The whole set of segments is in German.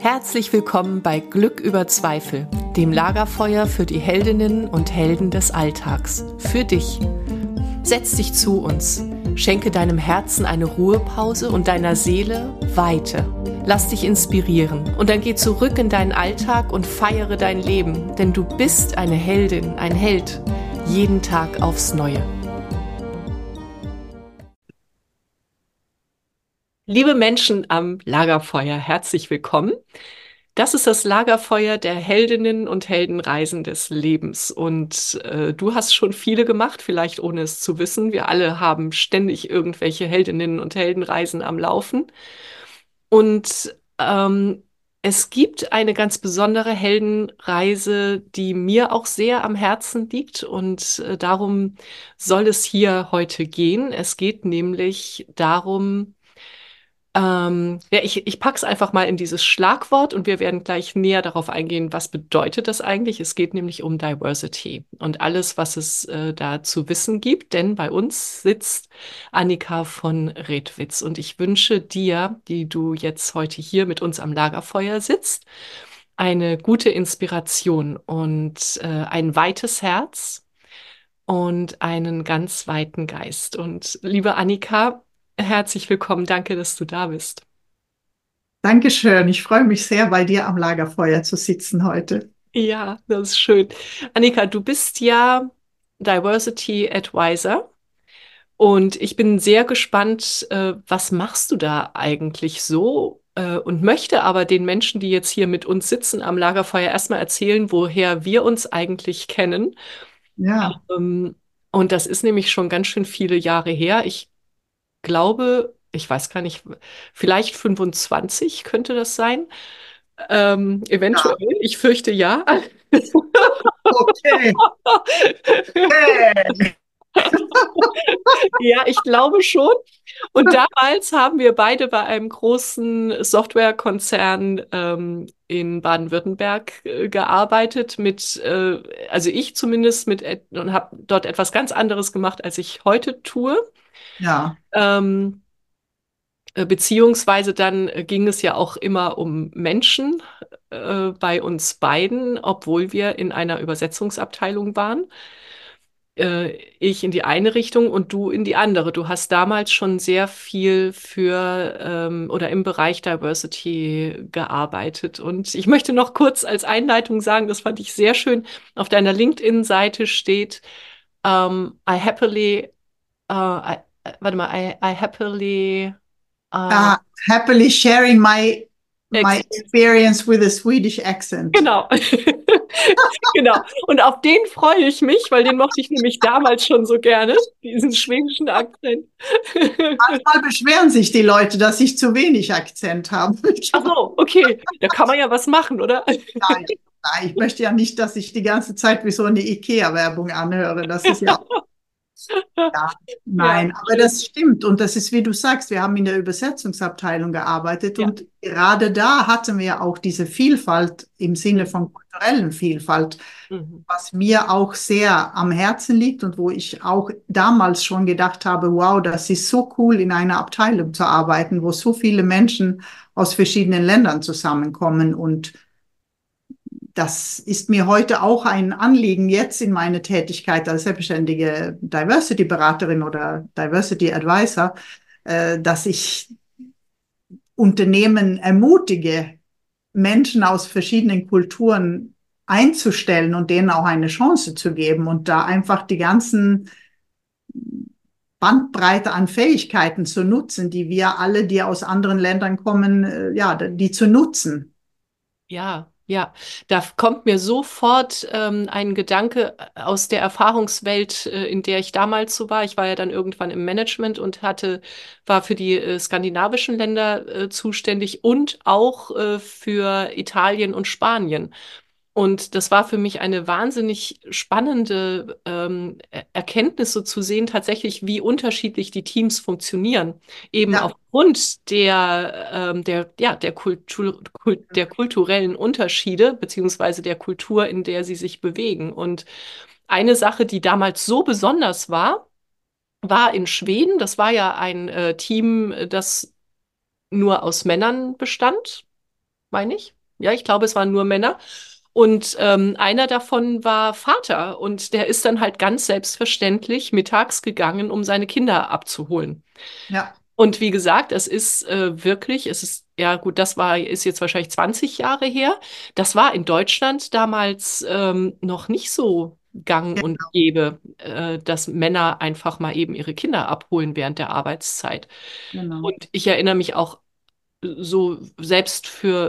Herzlich willkommen bei Glück über Zweifel, dem Lagerfeuer für die Heldinnen und Helden des Alltags. Für dich. Setz dich zu uns, schenke deinem Herzen eine Ruhepause und deiner Seele Weite. Lass dich inspirieren und dann geh zurück in deinen Alltag und feiere dein Leben, denn du bist eine Heldin, ein Held, jeden Tag aufs Neue. Liebe Menschen am Lagerfeuer, herzlich willkommen. Das ist das Lagerfeuer der Heldinnen und Heldenreisen des Lebens. Und du hast schon viele gemacht, vielleicht ohne es zu wissen. Wir alle haben ständig irgendwelche Heldinnen und Heldenreisen am Laufen. Und es gibt eine ganz besondere Heldenreise, die mir auch sehr am Herzen liegt. Und darum soll es hier heute gehen. Es geht nämlich darum, ja, ich pack's einfach mal in dieses Schlagwort und wir werden gleich näher darauf eingehen, was bedeutet das eigentlich. Es geht nämlich um Diversity und alles, was es da zu wissen gibt, denn bei uns sitzt Annika von Redwitz und ich wünsche dir, die du jetzt heute hier mit uns am Lagerfeuer sitzt, eine gute Inspiration und ein weites Herz und einen ganz weiten Geist. Und liebe Annika, herzlich willkommen. Danke, dass du da bist. Dankeschön. Ich freue mich sehr, bei dir am Lagerfeuer zu sitzen heute. Ja, das ist schön. Annika, du bist ja Diversity Advisor und ich bin sehr gespannt, was machst du da eigentlich so? Und möchte aber den Menschen, die jetzt hier mit uns sitzen am Lagerfeuer, erstmal erzählen, woher wir uns eigentlich kennen. Ja, Ähm, und das ist nämlich schon ganz schön viele Jahre her. Ich glaube, ich weiß gar nicht, vielleicht 25 könnte das sein. Eventuell, ja, ich fürchte ja. okay. Okay. Ja, ich glaube schon. Und damals haben wir beide bei einem großen Softwarekonzern in Baden-Württemberg gearbeitet also ich zumindest und habe dort etwas ganz anderes gemacht, als ich heute tue. Ja, Ähm, Beziehungsweise dann ging es ja auch immer um Menschen bei uns beiden, obwohl wir in einer Übersetzungsabteilung waren. Ich in die eine Richtung und du in die andere. Du hast damals schon sehr viel für oder im Bereich Diversity gearbeitet. Und ich möchte noch kurz als Einleitung sagen, das fand ich sehr schön. Auf deiner LinkedIn-Seite steht, I happily, warte mal, I happily, äh, happily sharing my ex experience with a Swedish accent. genau. Genau. Und auf den freue ich mich, weil den mochte ich nämlich damals schon so gerne, diesen schwedischen Akzent. Manchmal beschweren sich die Leute, dass ich zu wenig Akzent habe. Ach so, okay. Da kann man ja was machen, oder? Nein, nein, ich möchte ja nicht, dass ich die ganze Zeit wie so eine IKEA-Werbung anhöre. Das ist ja. Ja, Ja, nein, aber schön. das stimmt. Und das ist, wie du sagst, wir haben in der Übersetzungsabteilung gearbeitet Ja. und gerade da hatten wir auch diese Vielfalt im Sinne Mhm. von kulturellen Vielfalt, Mhm. was mir auch sehr am Herzen liegt und wo ich auch damals schon gedacht habe, wow, das ist so cool, in einer Abteilung zu arbeiten, wo so viele Menschen aus verschiedenen Ländern zusammenkommen und das ist mir heute auch ein Anliegen jetzt in meiner Tätigkeit als selbstständige Diversity-Beraterin oder Diversity Advisor, dass ich Unternehmen ermutige, Menschen aus verschiedenen Kulturen einzustellen und denen auch eine Chance zu geben und da einfach die ganzen Bandbreite an Fähigkeiten zu nutzen, die wir alle, die aus anderen Ländern kommen, ja, die zu nutzen. Ja, ja. Da kommt mir sofort ein Gedanke aus der Erfahrungswelt, in der ich damals so war. Ich war ja dann irgendwann im Management und war für die skandinavischen Länder zuständig und auch für Italien und Spanien. Und das war für mich eine wahnsinnig spannende Erkenntnis, so zu sehen, tatsächlich, wie unterschiedlich die Teams funktionieren. Eben Ja, aufgrund der kulturellen Unterschiede, beziehungsweise der Kultur, in der sie sich bewegen. Und eine Sache, die damals so besonders war in Schweden. Das war ja ein Team, das nur aus Männern bestand. meine ich. Ja, ich glaube, es waren nur Männer. Und einer davon war Vater und der ist dann halt ganz selbstverständlich mittags gegangen, um seine Kinder abzuholen. Ja, Und wie gesagt, es ist wirklich, es ist, ja gut, ist jetzt wahrscheinlich 20 Jahre her. Das war in Deutschland damals noch nicht so gang und genau, gäbe, dass Männer einfach mal eben ihre Kinder abholen während der Arbeitszeit. genau. Und ich erinnere mich auch so selbst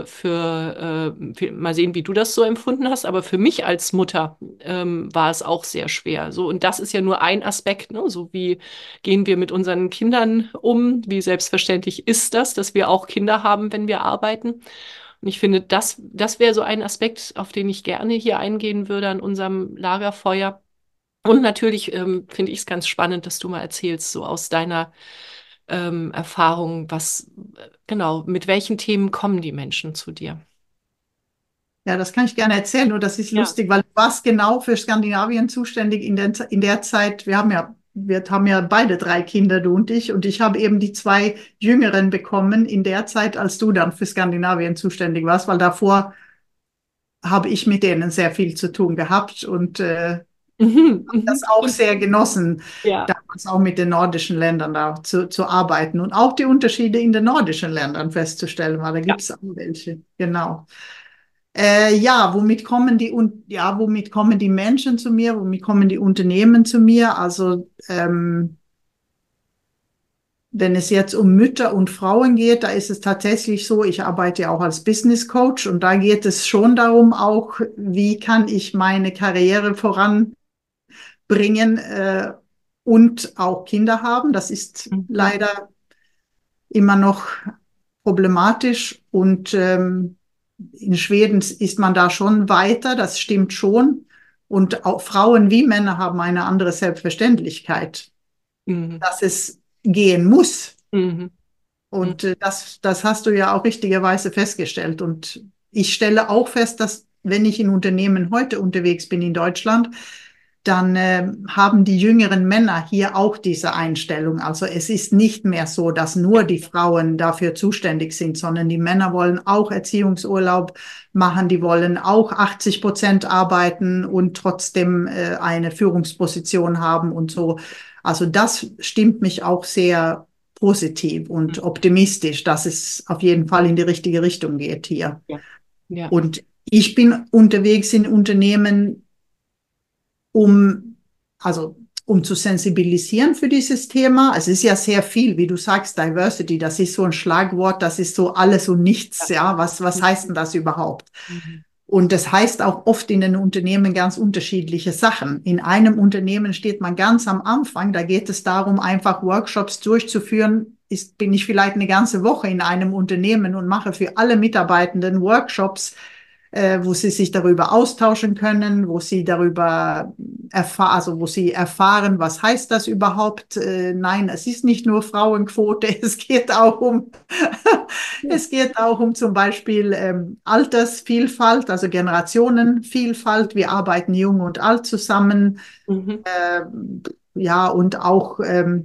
mal sehen, wie du das so empfunden hast, aber für mich als Mutter war es auch sehr schwer. So, und das ist ja nur ein Aspekt, ne? So wie gehen wir mit unseren Kindern um? Wie selbstverständlich ist das, dass wir auch Kinder haben, wenn wir arbeiten? Und ich finde, das wäre so ein Aspekt, auf den ich gerne hier eingehen würde an unserem Lagerfeuer. Und natürlich finde ich es ganz spannend, dass du mal erzählst, so aus deiner Erfahrung, genau, mit welchen Themen kommen die Menschen zu dir? Ja, das kann ich gerne erzählen. Nur das ist Ja. lustig, weil du warst genau für Skandinavien zuständig in der Zeit. Wir haben ja beide drei Kinder, du und ich. Und ich habe eben die zwei Jüngeren bekommen in der Zeit, als du dann für Skandinavien zuständig warst, weil davor habe ich mit denen sehr viel zu tun gehabt und Mhm, mhm. das auch Und, sehr genossen, ja, damals auch mit den nordischen Ländern da zu arbeiten und auch die Unterschiede in den nordischen Ländern festzustellen, weil da ja. gibt es auch welche. Genau. Ja, womit kommen die Menschen zu mir? Womit kommen die Unternehmen zu mir? Also, wenn es jetzt um Mütter und Frauen geht, da ist es tatsächlich so, ich arbeite ja auch als Business Coach und da geht es schon darum auch, wie kann ich meine Karriere voranbringen, und auch Kinder haben. Das ist Mhm, leider immer noch problematisch und in Schweden ist man da schon weiter, das stimmt schon. Und auch Frauen wie Männer haben eine andere Selbstverständlichkeit, mhm, dass es gehen muss. mhm, mhm. Und das hast du ja auch richtigerweise festgestellt. Und ich stelle auch fest, dass wenn ich in Unternehmen heute unterwegs bin in Deutschland, dann haben die jüngeren Männer hier auch diese Einstellung. Also es ist nicht mehr so, dass Ja. nur die Frauen dafür zuständig sind, sondern die Männer wollen auch Erziehungsurlaub machen, die wollen auch 80% arbeiten und trotzdem eine Führungsposition haben und so. Also das stimmt mich auch sehr positiv und optimistisch, dass es auf jeden Fall in die richtige Richtung geht hier. Ja. Ja. Und ich bin unterwegs in Unternehmen, um, also, um zu sensibilisieren für dieses Thema. Es ist ja sehr viel, wie du sagst, Diversity, das ist so ein Schlagwort, das ist so alles und nichts, ja. Was heißt denn das überhaupt? Mhm. Und das heißt auch oft in den Unternehmen ganz unterschiedliche Sachen. In einem Unternehmen steht man ganz am Anfang, da geht es darum, einfach Workshops durchzuführen. Bin ich vielleicht eine ganze Woche in einem Unternehmen und mache für alle Mitarbeitenden Workshops, wo sie sich darüber austauschen können, wo sie darüber erfahren, also wo sie erfahren, was heißt das überhaupt? Nein, es ist nicht nur Frauenquote, es geht auch um Ja. es geht auch um zum Beispiel Altersvielfalt, also Generationenvielfalt. Wir arbeiten jung und alt zusammen. Mhm. Äh, ja, und auch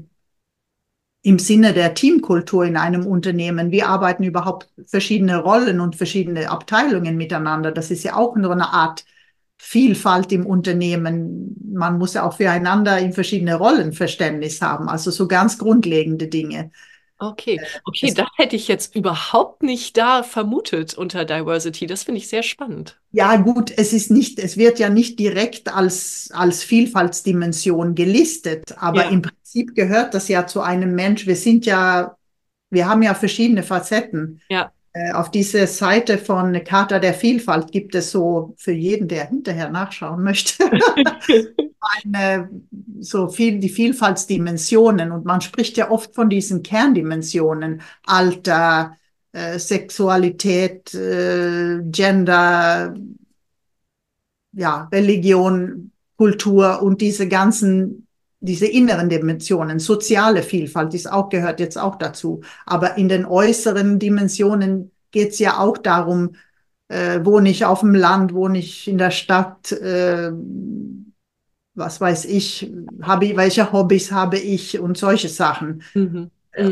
im Sinne der Teamkultur in einem Unternehmen. Wie arbeiten überhaupt verschiedene Rollen und verschiedene Abteilungen miteinander? Das ist ja auch nur eine Art Vielfalt im Unternehmen. Man muss ja auch füreinander in verschiedene Rollen Verständnis haben. Also so ganz grundlegende Dinge. Okay, okay, Es das hätte ich jetzt überhaupt nicht da vermutet unter Diversity. Das finde ich sehr spannend. Ja, gut, es wird ja nicht direkt als Vielfaltsdimension gelistet, aber Ja, im Prinzip gehört das ja zu einem Mensch. Wir haben ja verschiedene Facetten. ja. Auf dieser Seite von Charta der Vielfalt gibt es so für jeden, der hinterher nachschauen möchte, eine, die Vielfaltsdimensionen. Und man spricht ja oft von diesen Kerndimensionen: Alter, Sexualität, Gender, ja, Religion, Kultur und diese inneren Dimensionen. Soziale Vielfalt gehört jetzt auch dazu. Aber in den äußeren Dimensionen geht es ja auch darum, wohne ich auf dem Land, wohne ich in der Stadt, was weiß ich, welche Hobbys habe ich und solche Sachen. Mhm. Und Mhm.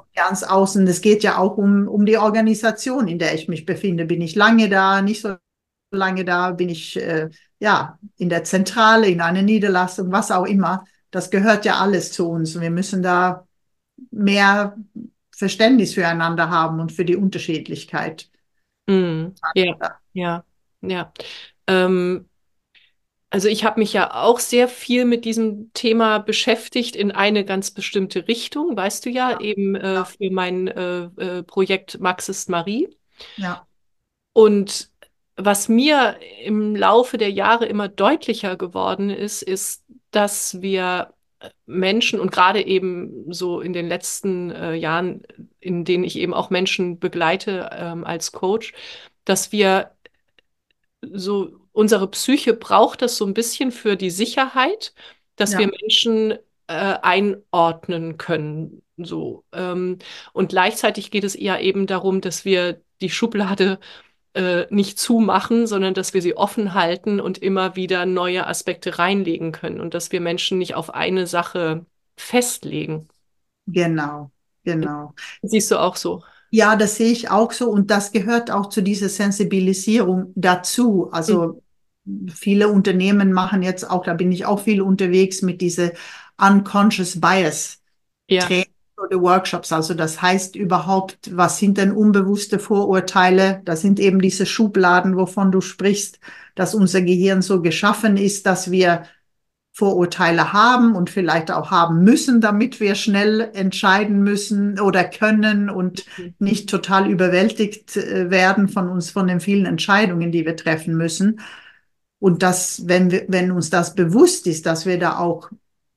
ganz außen. Es geht ja auch um die Organisation, in der ich mich befinde. Bin ich lange da, nicht so lange da, bin ich ja in der Zentrale, in einer Niederlassung, was auch immer. Das gehört ja alles zu uns. Und wir müssen da mehr Verständnis füreinander haben und für die Unterschiedlichkeit. Ja, Ja, ja, ja. Ähm, also ich habe mich ja auch sehr viel mit diesem Thema beschäftigt in eine ganz bestimmte Richtung, weißt du ja, eben ja, für mein Projekt Max ist Marie. ja, Und was mir im Laufe der Jahre immer deutlicher geworden ist, ist, dass wir Menschen und gerade eben so in den letzten Jahren, in denen ich eben auch Menschen begleite als Coach, dass wir so, unsere Psyche braucht das so ein bisschen für die Sicherheit, dass wir ja, Menschen einordnen können. So. Und gleichzeitig geht es eher eben darum, dass wir die Schublade nicht zumachen, sondern dass wir sie offen halten und immer wieder neue Aspekte reinlegen können und dass wir Menschen nicht auf eine Sache festlegen. genau, genau. Siehst du auch so? Ja, das sehe ich auch so und das gehört auch zu dieser Sensibilisierung dazu. Mhm. Also viele Unternehmen machen jetzt auch, da bin ich auch viel unterwegs mit diese Unconscious Bias Ja. Trainings oder Workshops. Also das heißt überhaupt, was sind denn unbewusste Vorurteile? Das sind eben diese Schubladen, wovon du sprichst, dass unser Gehirn so geschaffen ist, dass wir Vorurteile haben und vielleicht auch haben müssen, damit wir schnell entscheiden müssen oder können und Mhm. nicht total überwältigt werden von uns, von den vielen Entscheidungen, die wir treffen müssen. Und dass, wenn uns das bewusst ist, dass wir da auch,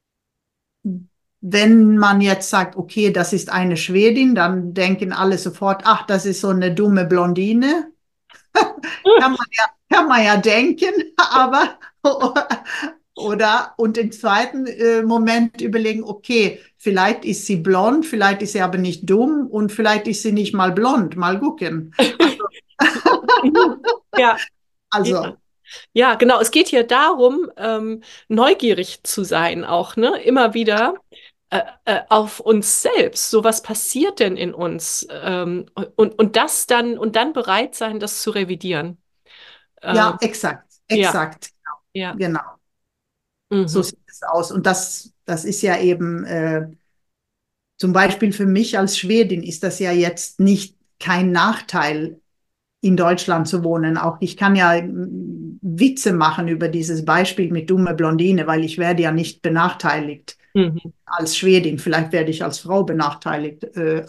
wenn man jetzt sagt, okay, das ist eine Schwedin, dann denken alle sofort, ach, das ist so eine dumme Blondine. Kann man ja denken, aber oder und im zweiten Moment überlegen, okay, vielleicht ist sie blond, vielleicht ist sie aber nicht dumm und vielleicht ist sie nicht mal blond. Mal gucken. Ja, ja. Also Ja, genau. Es geht hier darum, neugierig zu sein, auch, ne? Immer wieder auf uns selbst. So, was passiert denn in uns? Und das dann, und dann bereit sein, das zu revidieren. ja, Ähm, exakt, ja, exakt, ja. genau. So Mhm. sieht es aus. Und das ist ja eben zum Beispiel für mich als Schwedin ist das ja jetzt nicht kein Nachteil, in Deutschland zu wohnen. Auch ich kann ja Witze machen über dieses Beispiel mit dumme Blondine, weil ich werde ja nicht benachteiligt Mhm. als Schwedin. Vielleicht werde ich als Frau benachteiligt,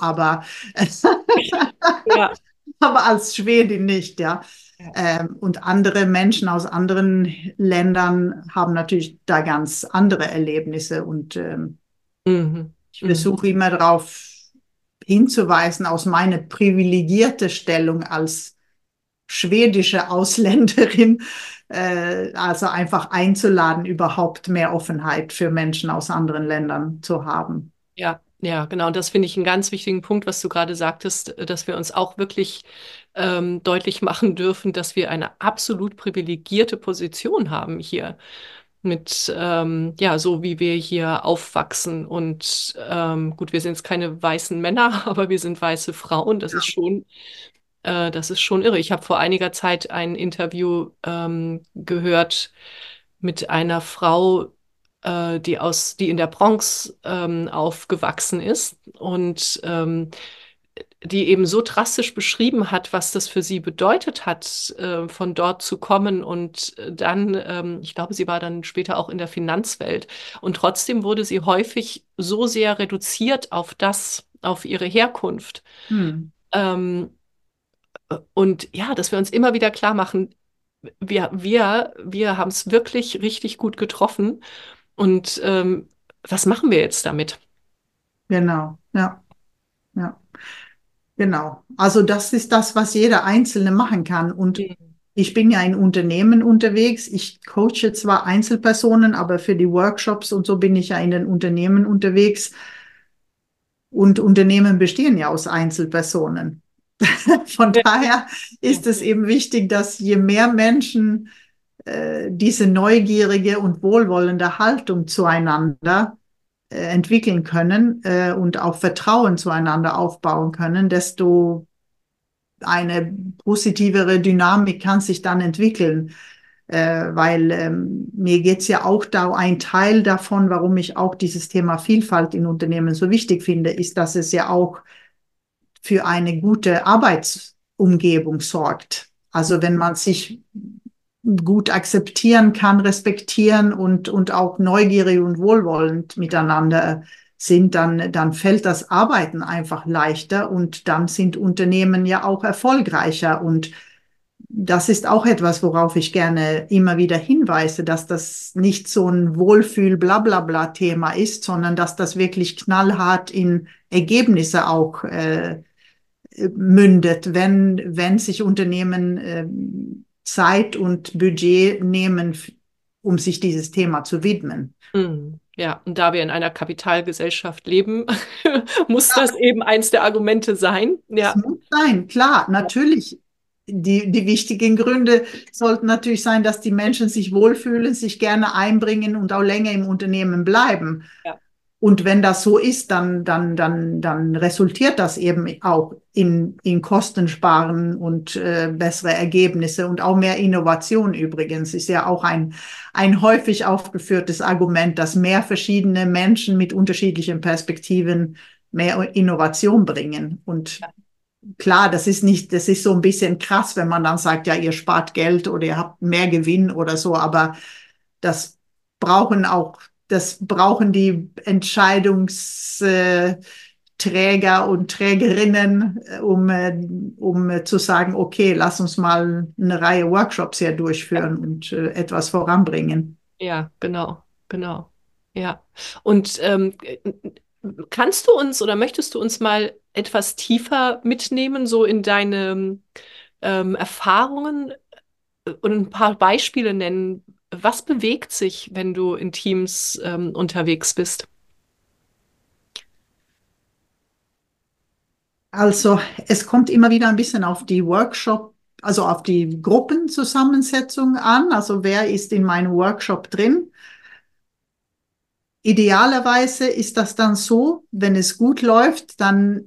Ja. aber als Schwedin nicht, ja. Ja. Und andere Menschen aus anderen Ländern haben natürlich da ganz andere Erlebnisse und Mhm. ich Mhm. versuche immer darauf hinzuweisen, aus meiner privilegierten Stellung als schwedische Ausländerin, also einfach einzuladen, überhaupt mehr Offenheit für Menschen aus anderen Ländern zu haben. Ja, ja, genau. Und das finde ich einen ganz wichtigen Punkt, was du gerade sagtest, dass wir uns auch wirklich deutlich machen dürfen, dass wir eine absolut privilegierte Position haben hier mit, ja, so wie wir hier aufwachsen. Und gut, wir sind jetzt keine weißen Männer, aber wir sind weiße Frauen. Das ist schon irre. Ich habe vor einiger Zeit ein Interview gehört mit einer Frau, die in der Bronx aufgewachsen ist und die eben so drastisch beschrieben hat, was das für sie bedeutet hat, von dort zu kommen und dann, ich glaube, sie war dann später auch in der Finanzwelt und trotzdem wurde sie häufig so sehr reduziert auf das, auf ihre Herkunft. Hm, Ähm, und ja, dass wir uns immer wieder klar machen, wir haben es wirklich richtig gut getroffen. Und was machen wir jetzt damit? genau, ja, ja, genau. Also das ist das, was jeder Einzelne machen kann. Und Mhm. ich bin ja in Unternehmen unterwegs. Ich coache zwar Einzelpersonen, aber für die Workshops und so bin ich ja in den Unternehmen unterwegs. Und Unternehmen bestehen ja aus Einzelpersonen. Von Ja, daher ja. ist es eben wichtig, dass je mehr Menschen diese neugierige und wohlwollende Haltung zueinander entwickeln können und auch Vertrauen zueinander aufbauen können, desto eine positivere Dynamik kann sich dann entwickeln. Weil mir geht es ja auch da, ein Teil davon, warum ich auch dieses Thema Vielfalt in Unternehmen so wichtig finde, ist, dass es ja auch für eine gute Arbeitsumgebung sorgt. Also wenn man sich gut akzeptieren kann, respektieren und auch neugierig und wohlwollend miteinander sind, dann fällt das Arbeiten einfach leichter und dann sind Unternehmen ja auch erfolgreicher. Und das ist auch etwas, worauf ich gerne immer wieder hinweise, dass das nicht so ein Wohlfühl-Blablabla-Thema ist, sondern dass das wirklich knallhart in Ergebnisse auch mündet, wenn sich Unternehmen Zeit und Budget nehmen, um sich dieses Thema zu widmen. Ja, und da wir in einer Kapitalgesellschaft leben, muss das eben eins der Argumente sein. Es Ja, muss sein, klar, natürlich. Die wichtigen Gründe sollten natürlich sein, dass die Menschen sich wohlfühlen, sich gerne einbringen und auch länger im Unternehmen bleiben. ja, Und wenn das so ist, dann resultiert das eben auch in Kostensparen und bessere Ergebnisse und auch mehr Innovation übrigens. Ist ja auch ein häufig aufgeführtes Argument, dass mehr verschiedene Menschen mit unterschiedlichen Perspektiven mehr Innovation bringen. Und klar, das ist so ein bisschen krass, wenn man dann sagt, ja, ihr spart Geld oder ihr habt mehr Gewinn oder so, aber das brauchen auch, das brauchen die Entscheidungsträger und Trägerinnen, um zu sagen, okay, lass uns mal eine Reihe Workshops hier durchführen und etwas voranbringen. ja, genau, genau. Ja. Und kannst du uns oder möchtest du uns mal etwas tiefer mitnehmen, so in deine Erfahrungen und ein paar Beispiele nennen? Was bewegt sich, wenn du in Teams unterwegs bist? Also es kommt immer wieder ein bisschen auf die Workshop, also auf die Gruppenzusammensetzung an. Also wer ist in meinem Workshop drin? Idealerweise ist das dann so, wenn es gut läuft,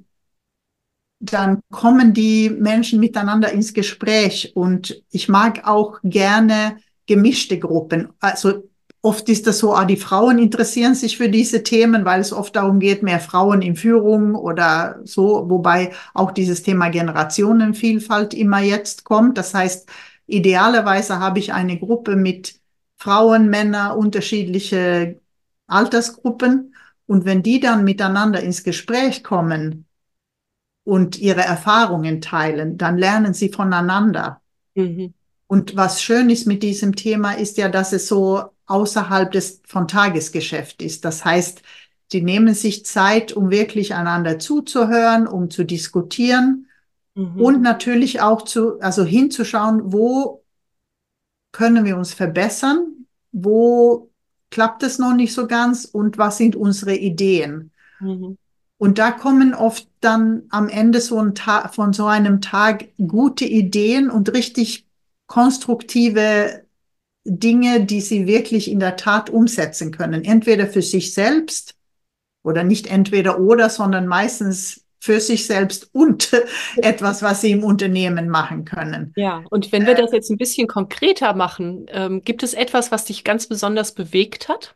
dann kommen die Menschen miteinander ins Gespräch. Und ich mag auch gerne gemischte Gruppen. Also oft ist das so, die Frauen interessieren sich für diese Themen, weil es oft darum geht, mehr Frauen in Führung oder so, wobei auch dieses Thema Generationenvielfalt immer jetzt kommt. Das heißt, idealerweise habe ich eine Gruppe mit Frauen, Männer, unterschiedliche Altersgruppen. Und wenn die dann miteinander ins Gespräch kommen, und ihre Erfahrungen teilen, dann lernen sie voneinander. Mhm. Und was schön ist mit diesem Thema, ist ja, dass es so außerhalb von Tagesgeschäft ist. Das heißt, sie nehmen sich Zeit, um wirklich einander zuzuhören, um zu diskutieren Mhm. und natürlich auch also hinzuschauen, wo können wir uns verbessern, wo klappt es noch nicht so ganz und was sind unsere Ideen. Mhm. Und da kommen oft dann am Ende von so einem Tag gute Ideen und richtig konstruktive Dinge, die sie wirklich in der Tat umsetzen können. Entweder für sich selbst oder nicht entweder oder, sondern meistens für sich selbst und etwas, was sie im Unternehmen machen können. Ja, und wenn wir das jetzt ein bisschen konkreter machen, gibt es etwas, was dich ganz besonders bewegt hat?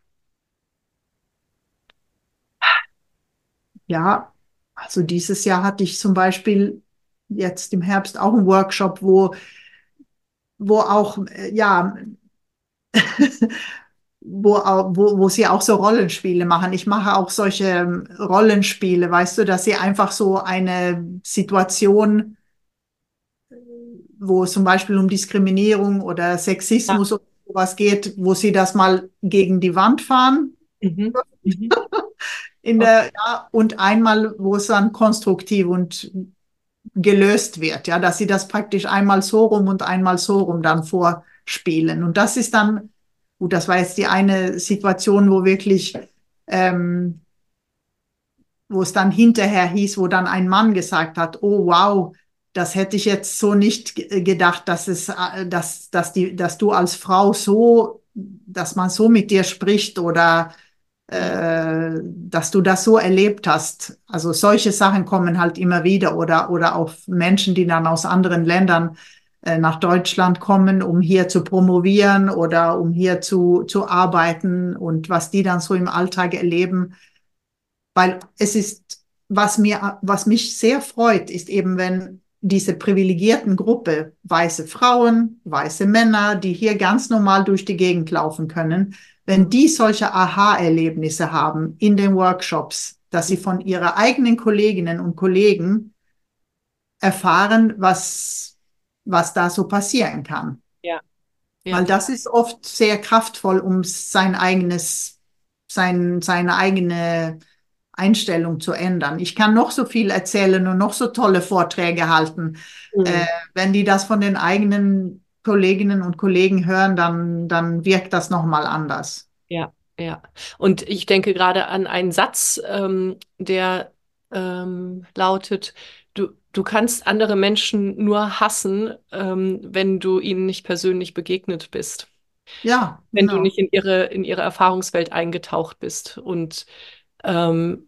Ja, also dieses Jahr hatte ich zum Beispiel jetzt im Herbst auch einen Workshop, wo auch, ja, wo sie auch so Rollenspiele machen. Ich mache auch solche Rollenspiele, weißt du, dass sie einfach so eine Situation, wo es zum Beispiel um Diskriminierung oder Ja. Sexismus oder sowas geht, wo sie das mal gegen die Wand fahren Mhm. Mhm. ja, und einmal, wo es dann konstruktiv und gelöst wird, ja, dass sie das praktisch einmal so rum und einmal so rum dann vorspielen. Und das ist dann, gut, das war jetzt die eine Situation, wo wirklich, ähm, wo es dann hinterher hieß, wo dann ein Mann gesagt hat, oh wow, das hätte ich jetzt so nicht gedacht, dass du als Frau so, dass man so mit dir spricht oder Ja. dass du das so erlebt hast. Also solche Sachen kommen halt immer wieder oder auch Menschen, die dann aus anderen Ländern nach Deutschland kommen, um hier zu promovieren oder um hier zu arbeiten und was die dann so im Alltag erleben. Weil es ist, was mich sehr freut, ist eben, wenn diese privilegierten Gruppe, weiße Frauen, weiße Männer, die hier ganz normal durch die Gegend laufen können, wenn Mhm. die solche Aha-Erlebnisse haben in den Workshops, dass sie von ihren eigenen Kolleginnen und Kollegen erfahren, was da so passieren kann. Ja, Weil ja. das ist oft sehr kraftvoll, um seine eigene Einstellung zu ändern. Ich kann noch so viel erzählen und noch so tolle Vorträge halten. Äh, Mhm. wenn die das von den eigenen Kolleginnen und Kollegen hören, dann wirkt das nochmal anders. Ja, ja. Und ich denke gerade an einen Satz, der lautet, du kannst andere Menschen nur hassen, wenn du ihnen nicht persönlich begegnet bist, Ja, wenn du genau. nicht in ihre Erfahrungswelt eingetaucht bist. Ähm,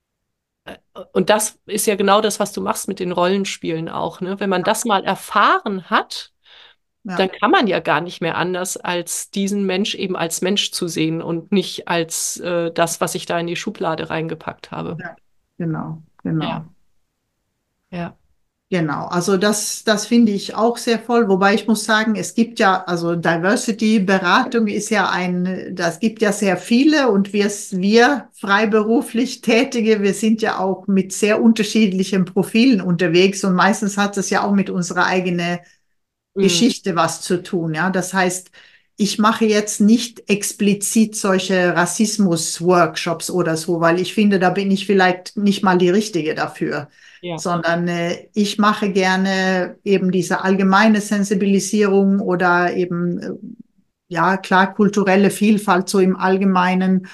und das ist ja genau das, was du machst mit den Rollenspielen auch, ne? Wenn man das mal erfahren hat, dann Ja, kann man ja gar nicht mehr anders, als diesen Mensch eben als Mensch zu sehen und nicht als das, was ich da in die Schublade reingepackt habe. ja, genau, Ja, genau. ja. Genau, also das finde ich auch sehr voll, wobei ich muss sagen, es gibt ja, also Diversity-Beratung ist ja das gibt ja sehr viele und wir freiberuflich Tätige, wir sind ja auch mit sehr unterschiedlichen Profilen unterwegs und meistens hat es ja auch mit unserer eigenen Mhm. Geschichte was zu tun. Ja, das heißt, ich mache jetzt nicht explizit solche Rassismus-Workshops oder so, weil ich finde, da bin ich vielleicht nicht mal die Richtige dafür, Ja. sondern ich mache gerne eben diese allgemeine Sensibilisierung oder eben, ja, klar, kulturelle Vielfalt so im Allgemeinen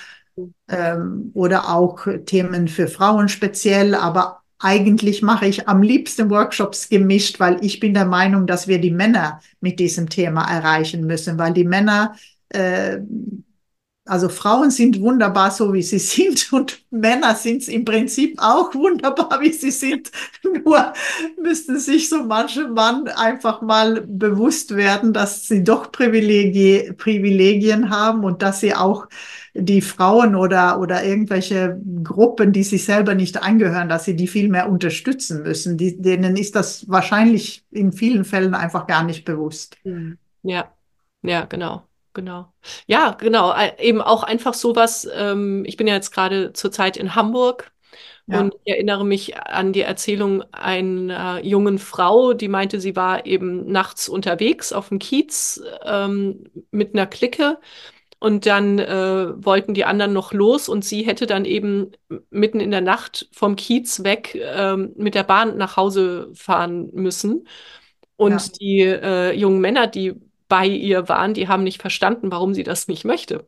oder auch Themen für Frauen speziell, aber eigentlich mache ich am liebsten Workshops gemischt, weil ich bin der Meinung, dass wir die Männer mit diesem Thema erreichen müssen, weil die Männer, äh, also Frauen sind wunderbar so, wie sie sind und Männer sind im Prinzip auch wunderbar, wie sie sind. Nur müssten sich so manche Mann einfach mal bewusst werden, dass sie doch Privilegien haben und dass sie auch die Frauen oder irgendwelche Gruppen, die sich selber nicht angehören, dass sie die viel mehr unterstützen müssen. Denen ist das wahrscheinlich in vielen Fällen einfach gar nicht bewusst. Mhm. Ja, ja, genau, genau. Ja, genau. Eben auch einfach sowas. Ich bin ja jetzt gerade zurzeit in Hamburg und Ja, ich erinnere mich an die Erzählung einer jungen Frau, die meinte, sie war eben nachts unterwegs auf dem Kiez mit einer Clique. Und dann wollten die anderen noch los und sie hätte dann eben mitten in der Nacht vom Kiez weg mit der Bahn nach Hause fahren müssen. ja, Und die jungen Männer, die bei ihr waren, die haben nicht verstanden, warum sie das nicht möchte.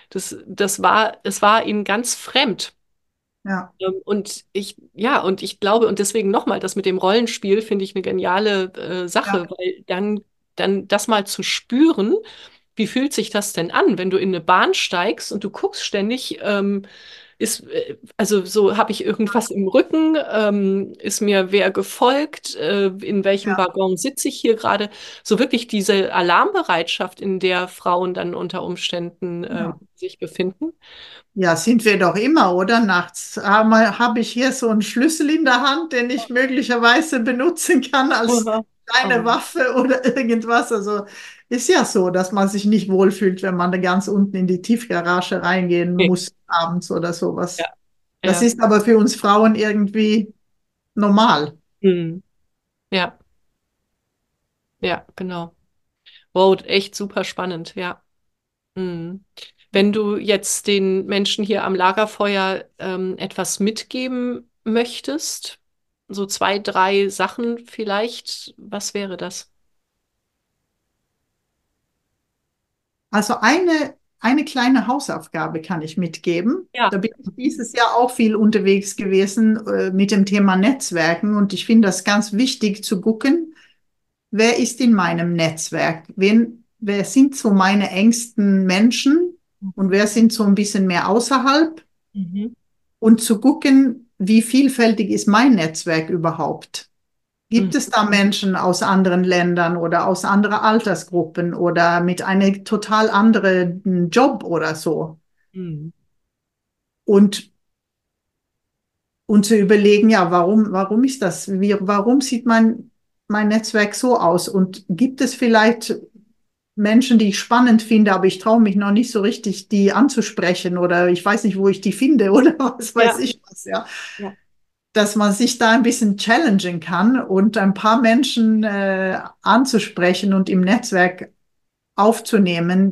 Es war ihnen ganz fremd. ja, Und ich glaube, und deswegen nochmal, das mit dem Rollenspiel finde ich eine geniale ja, Sache, weil dann das mal zu spüren, wie fühlt sich das denn an, wenn du in eine Bahn steigst und du guckst ständig, also so habe ich irgendwas im Rücken, ist mir wer gefolgt, in welchem ja. Waggon sitze ich hier gerade, so wirklich diese Alarmbereitschaft, in der Frauen dann unter Umständen Ja. sich befinden. Ja, sind wir doch immer, oder? Nachts habe ich hier so einen Schlüssel in der Hand, den ich möglicherweise benutzen kann als Aha. kleine Oh. Waffe oder irgendwas. Also ist ja so, dass man sich nicht wohlfühlt, wenn man da ganz unten in die Tiefgarage reingehen Okay. muss, abends oder Ja, sowas. Das ja. ist aber für uns Frauen irgendwie normal. Hm. Ja, ja, genau. Wow, echt super spannend, ja. Mhm. Wenn du jetzt den Menschen hier am Lagerfeuer etwas mitgeben möchtest, so zwei, drei Sachen vielleicht, was wäre das? Also eine kleine Hausaufgabe kann ich mitgeben. Ja. Da bin ich dieses Jahr auch viel unterwegs gewesen, mit dem Thema Netzwerken und ich finde das ganz wichtig zu gucken, wer ist in meinem Netzwerk? Wer sind so meine engsten Menschen? und wer sind so ein bisschen mehr außerhalb Mhm. und zu gucken, wie vielfältig ist mein Netzwerk überhaupt? Gibt es Mhm. da Menschen aus anderen Ländern oder aus anderen Altersgruppen oder mit einem total anderen Job oder so? Mhm. Und, und zu überlegen, ja, warum ist das? Warum sieht mein Netzwerk so aus? Und gibt es vielleicht Menschen, die ich spannend finde, aber ich traue mich noch nicht so richtig, die anzusprechen oder ich weiß nicht, wo ich die finde oder was weiß Ja, ich was, ja. ja, Dass man sich da ein bisschen challengen kann und ein paar Menschen anzusprechen und im Netzwerk aufzunehmen,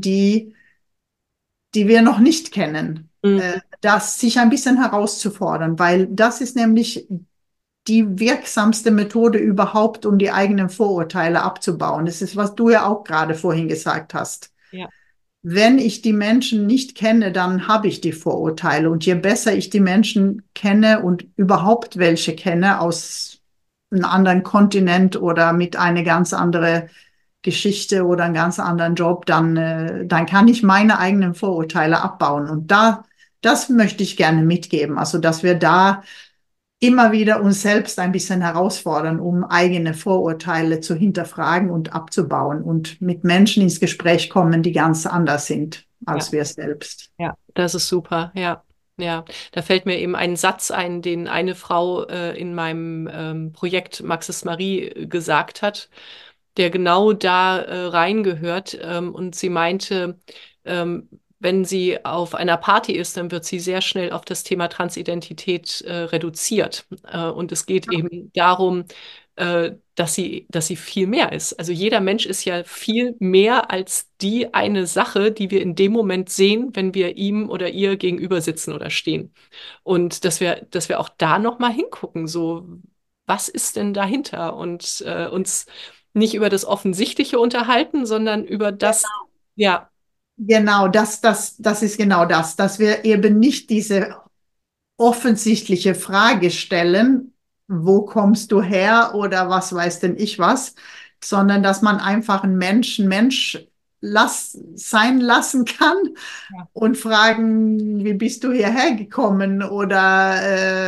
die wir noch nicht kennen. mhm. Das sich ein bisschen herauszufordern, weil das ist nämlich die wirksamste Methode überhaupt, um die eigenen Vorurteile abzubauen. Das ist, was du ja auch gerade vorhin gesagt hast. Ja, Wenn ich die Menschen nicht kenne, dann habe ich die Vorurteile. Und je besser ich die Menschen kenne und überhaupt welche kenne aus einem anderen Kontinent oder mit einer ganz anderen Geschichte oder einem ganz anderen Job, dann kann ich meine eigenen Vorurteile abbauen. Und das möchte ich gerne mitgeben. Also, dass wir da immer wieder uns selbst ein bisschen herausfordern, um eigene Vorurteile zu hinterfragen und abzubauen und mit Menschen ins Gespräch kommen, die ganz anders sind ja, als wir selbst. ja, das ist super. Ja, ja. Da fällt mir eben ein Satz ein, den eine Frau in meinem Projekt Maxis Marie gesagt hat, der genau da reingehört. Und sie meinte, ähm, wenn sie auf einer Party ist, dann wird sie sehr schnell auf das Thema Transidentität reduziert. Und es geht eben darum, dass sie viel mehr ist. Also jeder Mensch ist ja viel mehr als die eine Sache, die wir in dem Moment sehen, wenn wir ihm oder ihr gegenüber sitzen oder stehen. Und dass wir auch da nochmal hingucken, so, was ist denn dahinter? Und uns nicht über das Offensichtliche unterhalten, sondern über das, ja, Genau, das ist genau das, dass wir eben nicht diese offensichtliche Frage stellen, wo kommst du her oder was weiß denn ich was, sondern dass man einfach einen Mensch sein lassen kann ja, und fragen, wie bist du hierher gekommen oder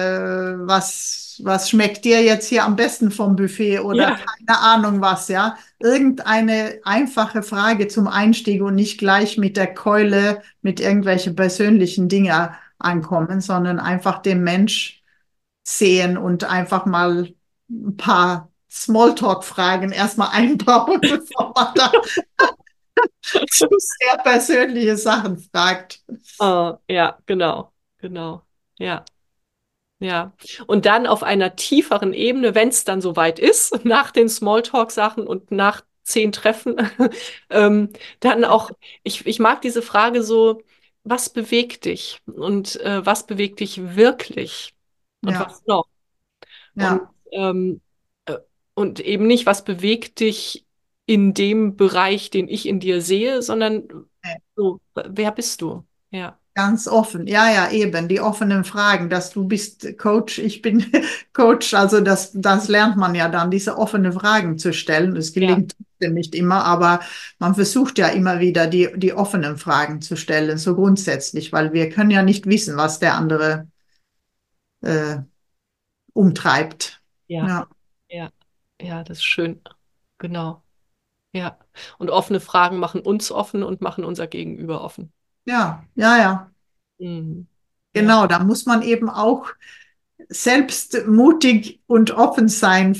was schmeckt dir jetzt hier am besten vom Buffet oder ja, keine Ahnung was, ja. Irgendeine einfache Frage zum Einstieg und nicht gleich mit der Keule mit irgendwelchen persönlichen Dingen ankommen, sondern einfach den Mensch sehen und einfach mal ein paar Smalltalk-Fragen erstmal einbauen, bevor man da zu sehr persönliche Sachen fragt. ja, genau, genau, ja. Ja, und dann auf einer tieferen Ebene, wenn es dann soweit ist, nach den Smalltalk-Sachen und nach 10 Treffen, ähm, dann auch, ich mag diese Frage so, was bewegt dich und was bewegt dich wirklich und Ja, was noch? Und, ja. ähm, äh, und eben nicht, was bewegt dich in dem Bereich, den ich in dir sehe, sondern so, wer bist du? Ja, Ganz offen, ja, ja, eben, die offenen Fragen, dass du bist Coach, ich bin Coach, also das lernt man ja dann, diese offenen Fragen zu stellen. Es ja, gelingt trotzdem nicht immer, aber man versucht ja immer wieder, die offenen Fragen zu stellen, so grundsätzlich, weil wir können ja nicht wissen, was der andere äh, umtreibt. ja, Ja, ja, ja, das ist schön. Genau. Ja. Und offene Fragen machen uns offen und machen unser Gegenüber offen. ja, ja, ja, Mhm. Ja, genau, da muss man eben auch selbst mutig und offen sein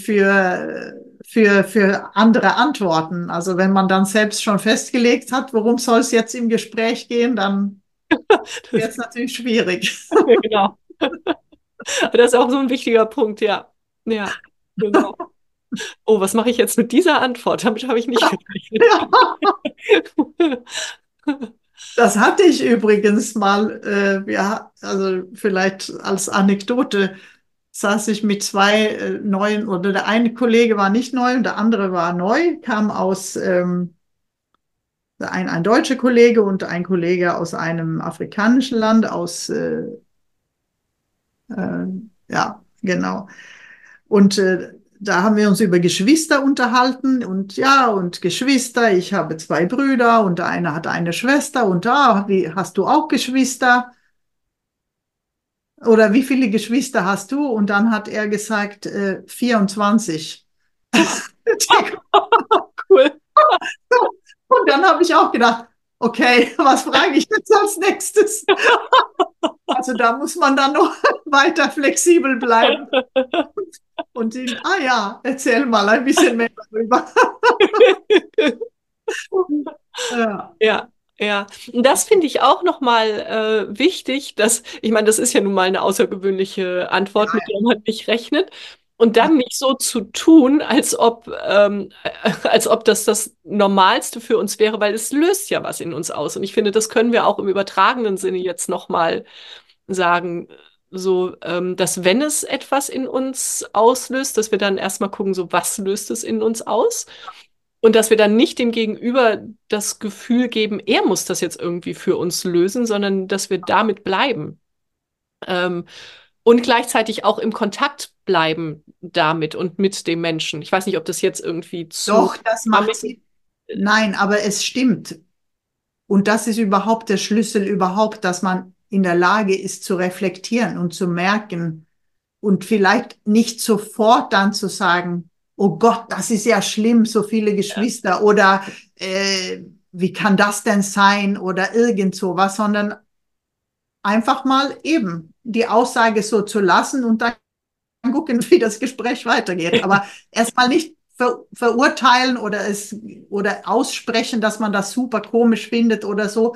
für andere Antworten. Also wenn man dann selbst schon festgelegt hat, worum soll es jetzt im Gespräch gehen, dann wird das, es natürlich schwierig. ja, genau. Das ist auch so ein wichtiger Punkt, ja. Ja, genau. Oh, was mache ich jetzt mit dieser Antwort? Damit habe ich nicht gerechnet. Ja, das hatte ich übrigens mal, ja, also vielleicht als Anekdote, saß ich mit zwei neuen, oder der eine Kollege war nicht neu und der andere war neu, kam aus ein deutscher Kollege und ein Kollege aus einem afrikanischen Land, äh, ja, genau. Und da haben wir uns über Geschwister unterhalten und ja, und Geschwister, ich habe 2 Brüder und der eine hat eine Schwester und da, wie, hast du auch Geschwister? Oder wie viele Geschwister hast du? Und dann hat er gesagt, 24. Cool. Und dann habe ich auch gedacht, okay, was frage ich jetzt als nächstes? Also da muss man dann noch weiter flexibel bleiben und ihn, ah ja, erzähl mal ein bisschen mehr darüber. Ja, Ja, ja. Und das finde ich auch nochmal wichtig, dass, ich meine, das ist ja nun mal eine außergewöhnliche Antwort, mit der man nicht rechnet. Und ja, dann nicht so zu tun, als ob das das Normalste für uns wäre, weil es löst ja was in uns aus. Und ich finde, das können wir auch im übertragenen Sinne jetzt nochmal sagen, so, dass wenn es etwas in uns auslöst, dass wir dann erstmal gucken, so, was löst es in uns aus? Und dass wir dann nicht dem Gegenüber das Gefühl geben, er muss das jetzt irgendwie für uns lösen, sondern dass wir damit bleiben. Ähm, und gleichzeitig auch im Kontakt bleiben damit und mit dem Menschen. Ich weiß nicht, ob das jetzt irgendwie zu doch, das macht schwammig. Sinn. Nein, aber es stimmt. Und das ist überhaupt der Schlüssel überhaupt, dass man in der Lage ist zu reflektieren und zu merken und vielleicht nicht sofort dann zu sagen, oh Gott, das ist ja schlimm, so viele Geschwister oder wie kann das denn sein oder irgend sowas, sondern einfach mal eben die Aussage so zu lassen und dann gucken, wie das Gespräch weitergeht. Aber erstmal nicht verurteilen oder aussprechen, dass man das super komisch findet oder so.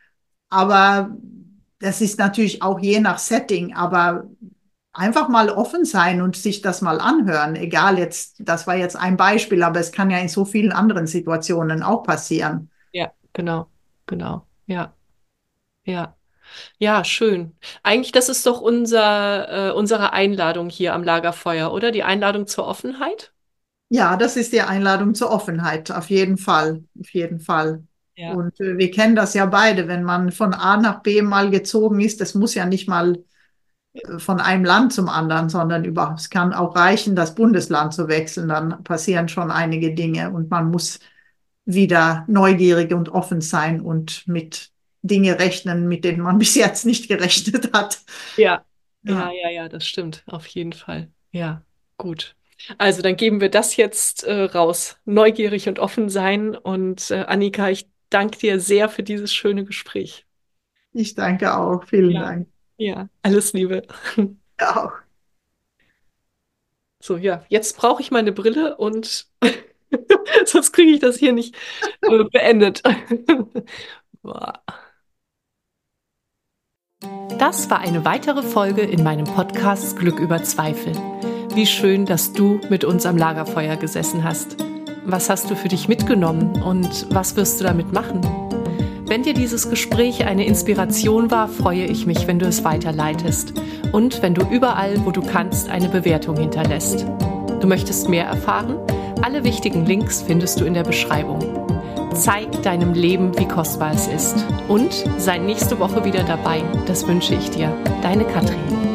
Aber das ist natürlich auch je nach Setting, aber einfach mal offen sein und sich das mal anhören. Egal jetzt, das war jetzt ein Beispiel, aber es kann ja in so vielen anderen Situationen auch passieren. Ja, genau, genau. Ja, ja. Ja, schön. Eigentlich, das ist doch unsere Einladung hier am Lagerfeuer, oder? Die Einladung zur Offenheit? Ja, das ist die Einladung zur Offenheit, auf jeden Fall, auf jeden Fall. Ja. Und wir kennen das ja beide, wenn man von A nach B mal gezogen ist, das muss ja nicht mal von einem Land zum anderen, sondern es kann auch reichen, das Bundesland zu wechseln, dann passieren schon einige Dinge und man muss wieder neugierig und offen sein und mit Dinge rechnen, mit denen man bis jetzt nicht gerechnet hat. Ja, ja, Ja, ja, ja, das stimmt, auf jeden Fall. Ja, gut. Also dann geben wir das jetzt raus. Neugierig und offen sein. Und Annika, ich danke dir sehr für dieses schöne Gespräch. ich danke auch. Vielen Ja, Dank. ja, alles Liebe. Ja, auch. So, ja, jetzt brauche ich meine Brille und sonst kriege ich das hier nicht beendet. Boah. Das war eine weitere Folge in meinem Podcast Glück über Zweifel. Wie schön, dass du mit uns am Lagerfeuer gesessen hast. Was hast du für dich mitgenommen und was wirst du damit machen? Wenn dir dieses Gespräch eine Inspiration war, freue ich mich, wenn du es weiterleitest und wenn du überall, wo du kannst, eine Bewertung hinterlässt. Du möchtest mehr erfahren? Alle wichtigen Links findest du in der Beschreibung. Zeig deinem Leben, wie kostbar es ist. Und sei nächste Woche wieder dabei. Das wünsche ich dir. Deine Katrin.